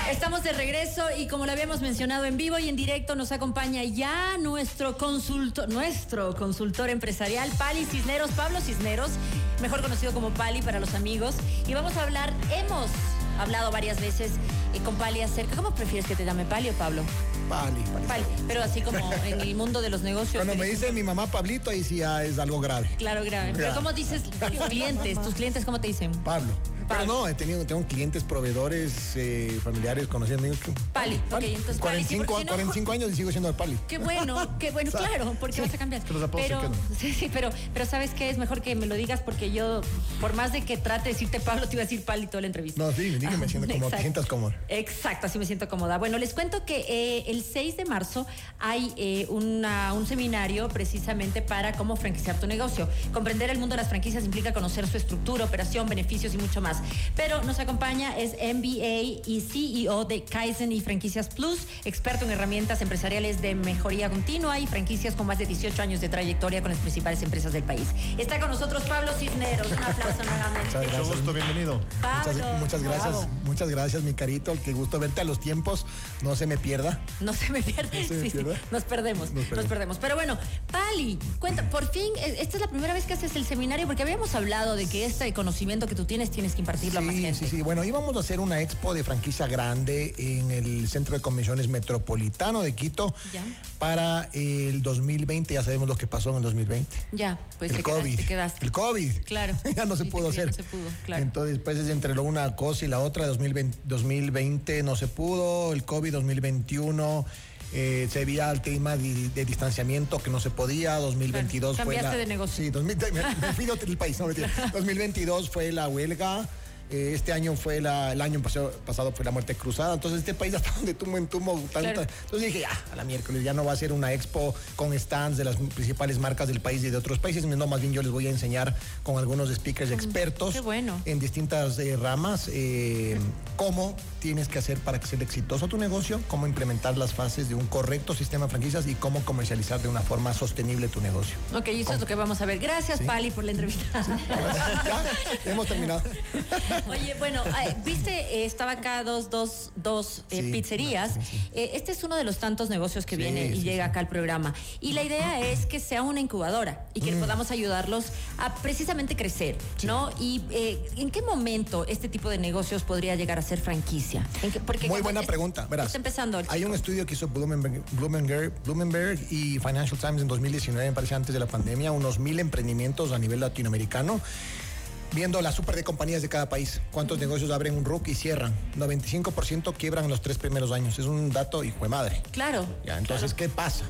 Estamos de regreso y como lo habíamos mencionado en vivo y en directo, nos acompaña ya nuestro consultor empresarial, Pali Cisneros, Pablo Cisneros, mejor conocido como Pali para los amigos. Y vamos a hablar, hemos hablado varias veces con Pali acerca, ¿cómo prefieres que te llame, Pali o Pablo? Pali. Pero así como en el mundo de los negocios. Cuando me dice mi mamá Pablito, ahí sí ya es algo grave. Claro, grave. Pero ¿cómo dices tus clientes, cómo te dicen? Pablo. Pero no, tengo clientes, proveedores, familiares, conocidos amigos. Pali. Ok, entonces 45 años y sigo siendo el Pali. Qué bueno, claro, porque vas a cambiar. Pero ¿sabes qué? Es mejor que me lo digas porque yo, por más de que trate de decirte Pablo, te iba a decir Pali toda la entrevista. No, sí, dígame, me siento como te sientas cómodo. Exacto, así me siento cómoda. Bueno, les cuento que el 6 de marzo hay un seminario precisamente para cómo franquiciar tu negocio. Comprender el mundo de las franquicias implica conocer su estructura, operación, beneficios y mucho más. Pero nos acompaña, es MBA y CEO de Kaizen y Franquicias Plus, experto en herramientas empresariales de mejoría continua y franquicias con más de 18 años de trayectoria con las principales empresas del país. Está con nosotros Pablo Cisneros. Un aplauso nuevamente. Mucho gusto, bienvenido. Muchas gracias. Bravo. Muchas gracias, mi carito. Qué gusto verte a los tiempos. No se me pierda. No se me pierde. Sí, nos perdemos. Pero bueno, Pali, cuenta, por fin, esta es la primera vez que haces el seminario porque habíamos hablado de que este conocimiento que tú tienes que impartirlo a más gente. Sí. Bueno, íbamos a hacer una expo de franquicia grande en el Centro de Convenciones Metropolitano de Quito para el 2020. Ya sabemos lo que pasó en el 2020. Ya, pues el COVID. Quedaste. El COVID. Claro. Ya no se pudo hacer. No se pudo, claro. Entonces, pues es entre una cosa y la otra. 2020 no se pudo, el COVID 2021. Se veía el tema de distanciamiento que no se podía. 2022 claro, fue cambiaste de negocio. Sí, me fui del país, no mentira. 2022 fue la huelga. Este año el año pasado fue la muerte cruzada. Entonces este país hasta donde tumo en tumo tanta. Claro. Entonces dije, a la miércoles ya no va a ser una expo con stands de las principales marcas del país y de otros países. No, más bien yo les voy a enseñar con algunos speakers expertos en distintas ramas cómo tienes que hacer para que sea exitoso tu negocio, cómo implementar las fases de un correcto sistema de franquicias y cómo comercializar de una forma sostenible tu negocio. Ok, eso es lo que vamos a ver. Gracias, Pali, por la entrevista. Sí, ya hemos terminado. Oye, bueno, viste, estaba acá dos pizzerías. Sí. Este es uno de los tantos negocios que viene y llega acá al programa. Y la idea es que sea una incubadora y que podamos ayudarlos a precisamente crecer, ¿no? Y ¿en qué momento este tipo de negocios podría llegar a ser franquicia? Muy buena pregunta. Verás, está empezando hay un estudio que hizo Bloomberg y Financial Times en 2019, me parece antes de la pandemia, unos 1,000 emprendimientos a nivel latinoamericano, viendo la super de compañías de cada país, cuántos negocios abren un RUC y cierran. 95% quiebran en los 3 primeros años. Es un dato hijo de madre. Claro. Ya, entonces, ¿qué pasa?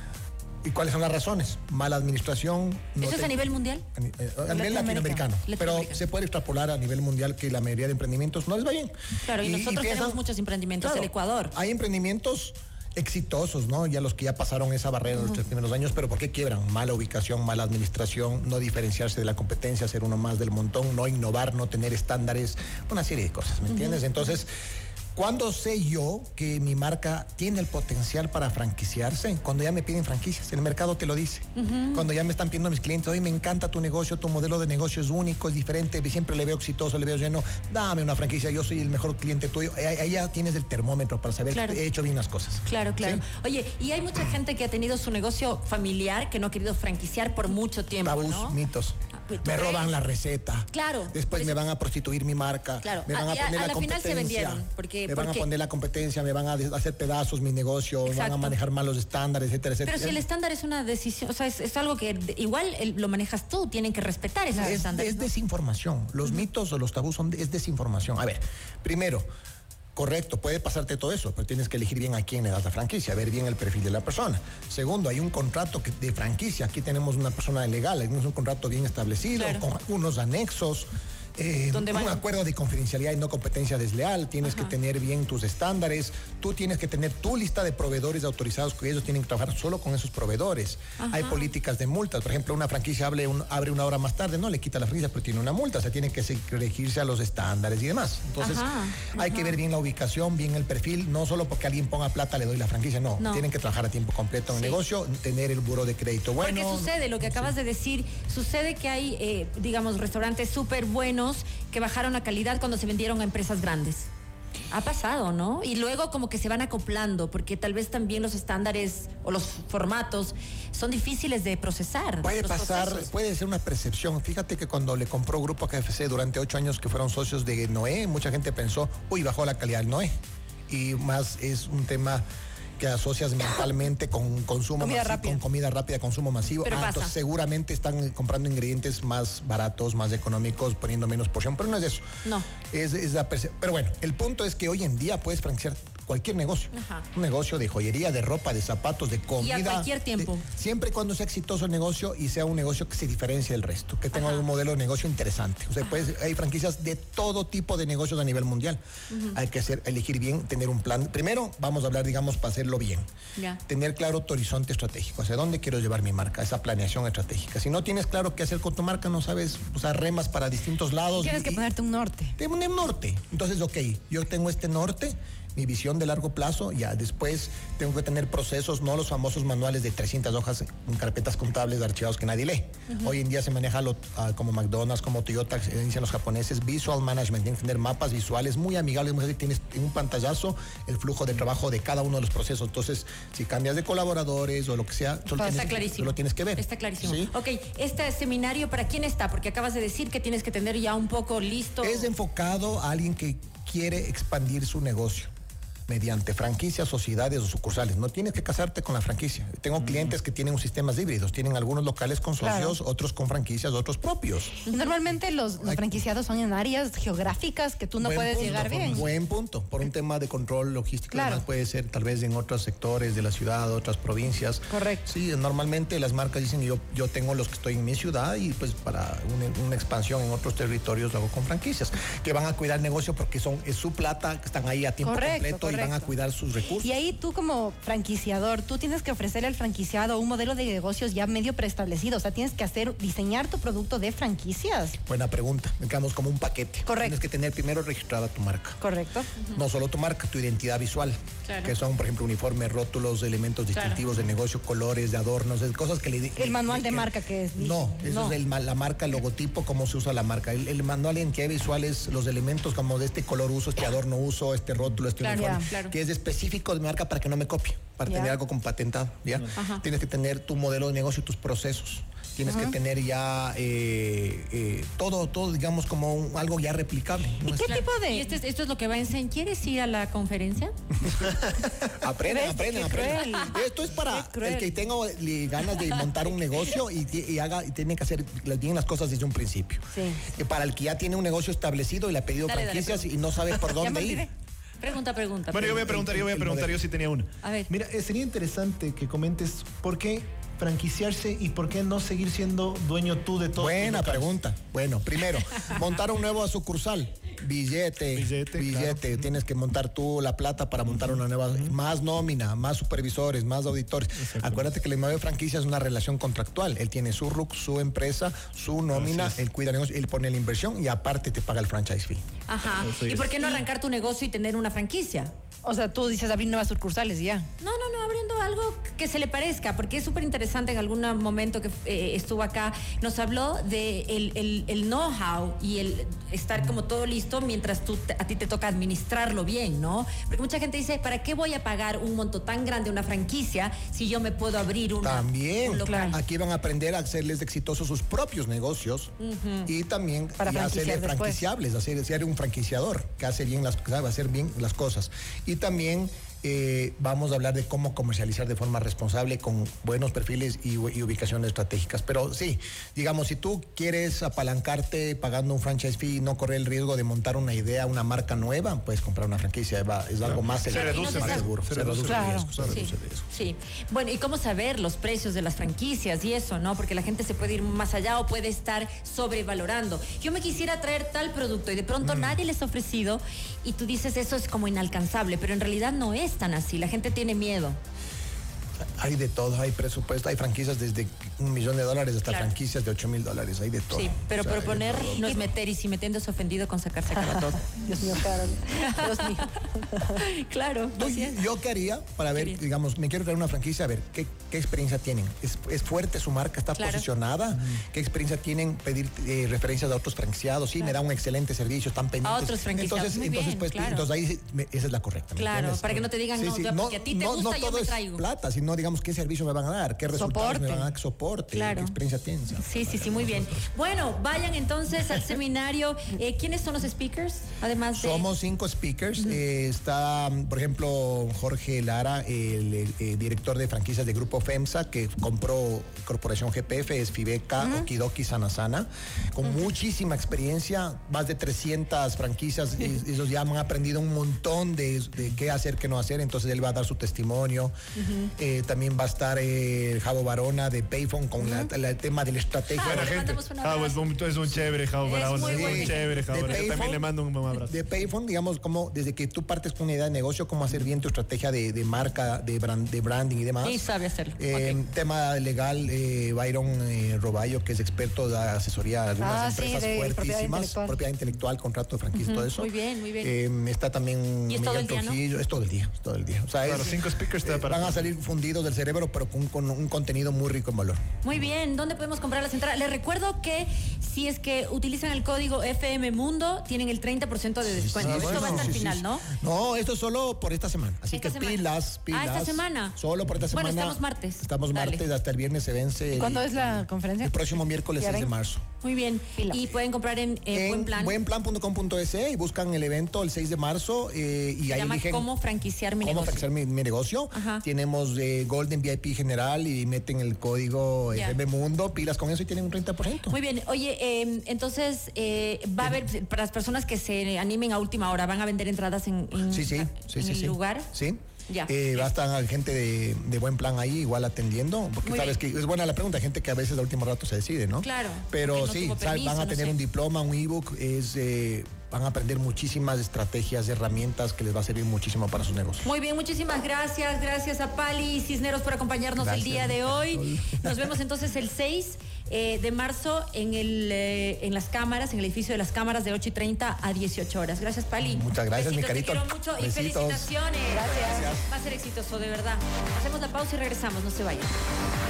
¿Y cuáles son las razones? Mala administración. ¿Eso es a nivel mundial? A nivel latinoamericano. Pero se puede extrapolar a nivel mundial que la mayoría de emprendimientos no les va bien. Claro, y nosotros tenemos muchos emprendimientos en Ecuador. Hay emprendimientos exitosos, ¿no? Ya los que ya pasaron esa barrera en los 3 primeros años, pero ¿por qué quiebran? Mala ubicación, mala administración, no diferenciarse de la competencia, ser uno más del montón, no innovar, no tener estándares, una serie de cosas, ¿me entiendes? Entonces, ¿cuándo sé yo que mi marca tiene el potencial para franquiciarse? Cuando ya me piden franquicias, el mercado te lo dice. Cuando ya me están pidiendo mis clientes, oye, me encanta tu negocio, tu modelo de negocio es único, es diferente, siempre le veo exitoso, le veo lleno, dame una franquicia, yo soy el mejor cliente tuyo. Ahí ya tienes el termómetro para saber que he hecho bien las cosas. Claro. ¿Sí? Oye, y hay mucha gente que ha tenido su negocio familiar que no ha querido franquiciar por mucho tiempo, tabús, ¿no? mitos. Me roban la receta. Claro. Después me van a prostituir mi marca. Claro. Me van a poner la final se vendieron. Me van a poner la competencia, me van a hacer pedazos mi negocio, me van a manejar mal los estándares, etcétera. Pero si el estándar es una decisión, o sea, es algo que igual lo manejas tú, tienen que respetar esos estándares. Es desinformación. Los mitos o los tabús es desinformación. A ver, primero, correcto, puede pasarte todo eso, pero tienes que elegir bien a quién le das la franquicia, ver bien el perfil de la persona. Segundo, hay un contrato de franquicia. Aquí tenemos una persona legal, es un contrato bien establecido, con algunos anexos. Un acuerdo de confidencialidad y no competencia desleal. Tienes que tener bien tus estándares. Tú tienes que tener tu lista de proveedores autorizados, que ellos tienen que trabajar solo con esos proveedores. Hay políticas de multas. Por ejemplo, una franquicia abre una hora más tarde, no le quita la franquicia, pero tiene una multa. O sea, tiene que regirse a los estándares y demás. Entonces, hay que ver bien la ubicación, bien el perfil. No solo porque alguien ponga plata le doy la franquicia. No. Tienen que trabajar a tiempo completo en el negocio, tener el buró de crédito bueno. Porque sucede lo que acabas de decir. Sucede que hay, digamos, restaurantes súper buenos que bajaron la calidad cuando se vendieron a empresas grandes. Ha pasado, ¿no? Y luego como que se van acoplando, porque tal vez también los estándares o los formatos son difíciles de procesar. Puede pasar, procesos. puede ser una percepción. Fíjate que cuando le compró Grupo KFC durante 8 años que fueron socios de Noé, mucha gente pensó, uy, bajó la calidad del Noé. Y más es un tema que asocias mentalmente con consumo masivo, con comida rápida, consumo masivo. Entonces seguramente están comprando ingredientes más baratos, más económicos, poniendo menos porción, pero no es eso. No. Es la pero bueno, el punto es que hoy en día puedes franquiciar cualquier negocio. Ajá. Un negocio de joyería, de ropa, de zapatos, de comida. Y a cualquier tiempo. Siempre y cuando sea exitoso el negocio y sea un negocio que se diferencie del resto, que tenga un modelo de negocio interesante. O sea, hay franquicias de todo tipo de negocios a nivel mundial. Hay que elegir bien, tener un plan. Primero, vamos a hablar, digamos, para hacerlo bien. Ya. Tener claro tu horizonte estratégico, hacia dónde quiero llevar mi marca, esa planeación estratégica. Si no tienes claro qué hacer con tu marca, no sabes, o sea, remas para distintos lados. Tienes que ponerte un norte. Un norte. Entonces, ok, yo tengo este norte, mi visión de largo plazo, ya después tengo que tener procesos, no los famosos manuales de 300 hojas con carpetas contables de archivados que nadie lee. Hoy en día se maneja como McDonald's, como Toyota, que dicen los japoneses, visual management, tienes que tener mapas visuales muy amigables, muy tienes en un pantallazo el flujo de trabajo de cada uno de los procesos. Entonces, si cambias de colaboradores o lo que sea, está clarísimo. lo tienes que ver. Está clarísimo. ¿Sí? Ok, este seminario, ¿para quién está? Porque acabas de decir que tienes que tener ya un poco listo. Es enfocado a alguien que quiere expandir su negocio mediante franquicias, sociedades o sucursales. No tienes que casarte con la franquicia. Tengo clientes que tienen sistemas híbridos. Tienen algunos locales con socios, otros con franquicias, otros propios. Normalmente los franquiciados son en áreas geográficas que tú no puedes llegar bien. Buen punto. Por un tema de control logístico, además puede ser tal vez en otros sectores de la ciudad, otras provincias. Correcto. Sí, normalmente las marcas dicen, yo tengo los que estoy en mi ciudad y pues para una expansión en otros territorios lo hago con franquicias, que van a cuidar el negocio porque es su plata, que están ahí a tiempo completo y van a cuidar sus recursos. Y ahí tú como franquiciador, tú tienes que ofrecerle al franquiciado un modelo de negocios ya medio preestablecido. O sea, tienes que diseñar tu producto de franquicias. Buena pregunta. Digamos como un paquete. Correcto. Tienes que tener primero registrada tu marca. Correcto. No solo tu marca, tu identidad visual. Claro. Que son, por ejemplo, uniformes, rótulos, elementos distintivos de negocio, colores, de adornos, cosas que le... El manual de marca que es... No, eso es la marca, el logotipo, cómo se usa la marca. El manual de identidad visual es los elementos como de este color uso, este adorno uso, este rótulo, este uniforme. Claro. Que es específico de mi marca para que no me copie, para tener algo con patentado, ¿ya? Tienes que tener tu modelo de negocio y tus procesos. Tienes que tener ya todo, digamos, como algo ya replicable. ¿Y qué tipo de...? ¿Y esto es lo que va a enseñar? ¿Quieres ir a la conferencia? Aprenden. Esto es para el que tenga ganas de montar un negocio y tiene que hacer bien las cosas desde un principio. Sí. Para el que ya tiene un negocio establecido y le ha pedido franquicias y no sabe por dónde ir. Pregunta. Bueno, yo voy a preguntar, yo sí tenía una. A ver. Mira, sería interesante que comentes por qué franquiciarse y por qué no seguir siendo dueño tú de todo. Buena pregunta. Bueno, primero, montar un nuevo sucursal. Billete. Claro. Tienes que montar tú la plata para montar una nueva, más nómina, más supervisores, más auditores. Acuérdate que la nueva franquicia es una relación contractual. Él tiene su RUC, su empresa, su nómina, él cuida el negocio, él pone la inversión y aparte te paga el franchise fee. Ajá. ¿Y por qué no arrancar tu negocio y tener una franquicia? O sea, tú dices abrir nuevas sucursales y ya. No, abriendo algo que se le parezca, porque es súper interesante. En algún momento que estuvo acá, nos habló de el know-how y el estar como todo listo mientras a ti te toca administrarlo bien, ¿no? Porque mucha gente dice, ¿para qué voy a pagar un monto tan grande una franquicia si yo me puedo abrir un local? Claro. Aquí van a aprender a hacerles exitosos sus propios negocios y también para hacerles franquiciables, ser un franquiciador que sabe hacer bien las cosas. Y también vamos a hablar de cómo comercializar de forma responsable con buenos perfiles y ubicaciones estratégicas. Pero sí, digamos, si tú quieres apalancarte pagando un franchise fee y no correr el riesgo de montar una idea, una marca nueva, puedes comprar una franquicia, es algo más seguro. Se reduce el riesgo. Sí. Bueno, ¿y cómo saber los precios de las franquicias y eso, no? Porque la gente se puede ir más allá o puede estar sobrevalorando. Yo me quisiera traer tal producto y de pronto nadie les ha ofrecido y tú dices eso es como inalcanzable, pero en realidad no es tan así, la gente tiene miedo. Hay de todo, hay presupuesto, hay franquicias desde $1 millón hasta franquicias de $8,000, hay de todo. Sí, pero proponer no es meter, y si metiéndose ofendido con sacarse cara todo. Dios mío, Carol. Dios mío. Claro, así es. ¿Yo qué haría para ver, digamos, me quiero crear una franquicia, a ver, qué experiencia tienen? ¿Es fuerte su marca? ¿Está posicionada? ¿Qué experiencia tienen? Pedir referencias a otros franquiciados. Sí, me da un excelente servicio, están pendientes. A otros franquiciados. Entonces ahí esa es la correcta. Claro, para que no te digan, porque a ti te gusta, yo me traigo. Es plata, sino digamos qué servicio me van a dar, qué resultados me van a dar, soporte, qué experiencia tienen. Sí, muy bien. Bueno, vayan entonces al seminario. ¿Quiénes son los speakers? Además de... Somos 5 speakers. Está, por ejemplo, Jorge Lara, el director de franquicias de Grupo FEMSA, que compró Corporación GPF, es Fibeca, Okidoki, Sana, con muchísima experiencia, más de 300 franquicias. Ellos ya han aprendido un montón de qué hacer, qué no hacer, entonces él va a dar su testimonio. También va a estar Javo Barona de Payphone con el tema de la estrategia. Buena gente. Javo es un chévere, Javo Barona. Es muy chévere, Javo Barona. Yo también le mando un abrazo. De Payphone, digamos, como desde que tú partes con una idea de negocio, cómo hacer bien tu estrategia de marca, de branding y demás. Y sabe hacerlo. Tema legal, Byron Roballo, que es experto de asesoría a algunas empresas fuertísimas, propiedad intelectual, contrato de franquicia, todo eso. Muy bien. Está también ¿Y es todo el día, Trujillo, ¿no? Es todo el día. O sea, claro, 5 speakers van a salir fundidos del cerebro, pero con un contenido muy rico en valor. Muy bien, ¿dónde podemos comprar las entradas? Les recuerdo que si es que utilizan el código FM Mundo, tienen el 30% de descuento. Esto va hasta el final, ¿no? No, esto es solo por esta semana. Así que pilas. Esta semana. Solo por esta semana. Bueno, estamos martes. Estamos martes, hasta el viernes se vence. ¿Cuándo es la conferencia? El próximo miércoles 6 de marzo. Muy bien. Y pueden comprar en Buenplan. Buenplan.com.es y buscan el evento el 6 de marzo y ahí eligen cómo franquiciar mi negocio. Mi negocio. Tenemos Golden VIP General y meten el código FM Mundo, pilas con eso y tienen un 30%. Muy bien. Oye, entonces va a haber, para las personas que se animen a última hora, ¿van a vender entradas en el lugar? Sí. Va a estar gente de Buen Plan ahí igual atendiendo, porque sabes que es buena la pregunta, gente que a veces a último rato se decide, ¿no? Claro. Pero van a tener un diploma, un ebook, van a aprender muchísimas estrategias, herramientas que les va a servir muchísimo para sus negocios. Muy bien, muchísimas gracias. Gracias a Pali Cisneros por acompañarnos el día de hoy. Nos vemos entonces el 6 de marzo en las cámaras, en el edificio de las cámaras de 8:30 a 18 horas. Gracias, Pali. Muchas gracias, mi carito. Te quiero mucho y felicitaciones. Gracias. Va a ser exitoso, de verdad. Hacemos la pausa y regresamos, no se vayan.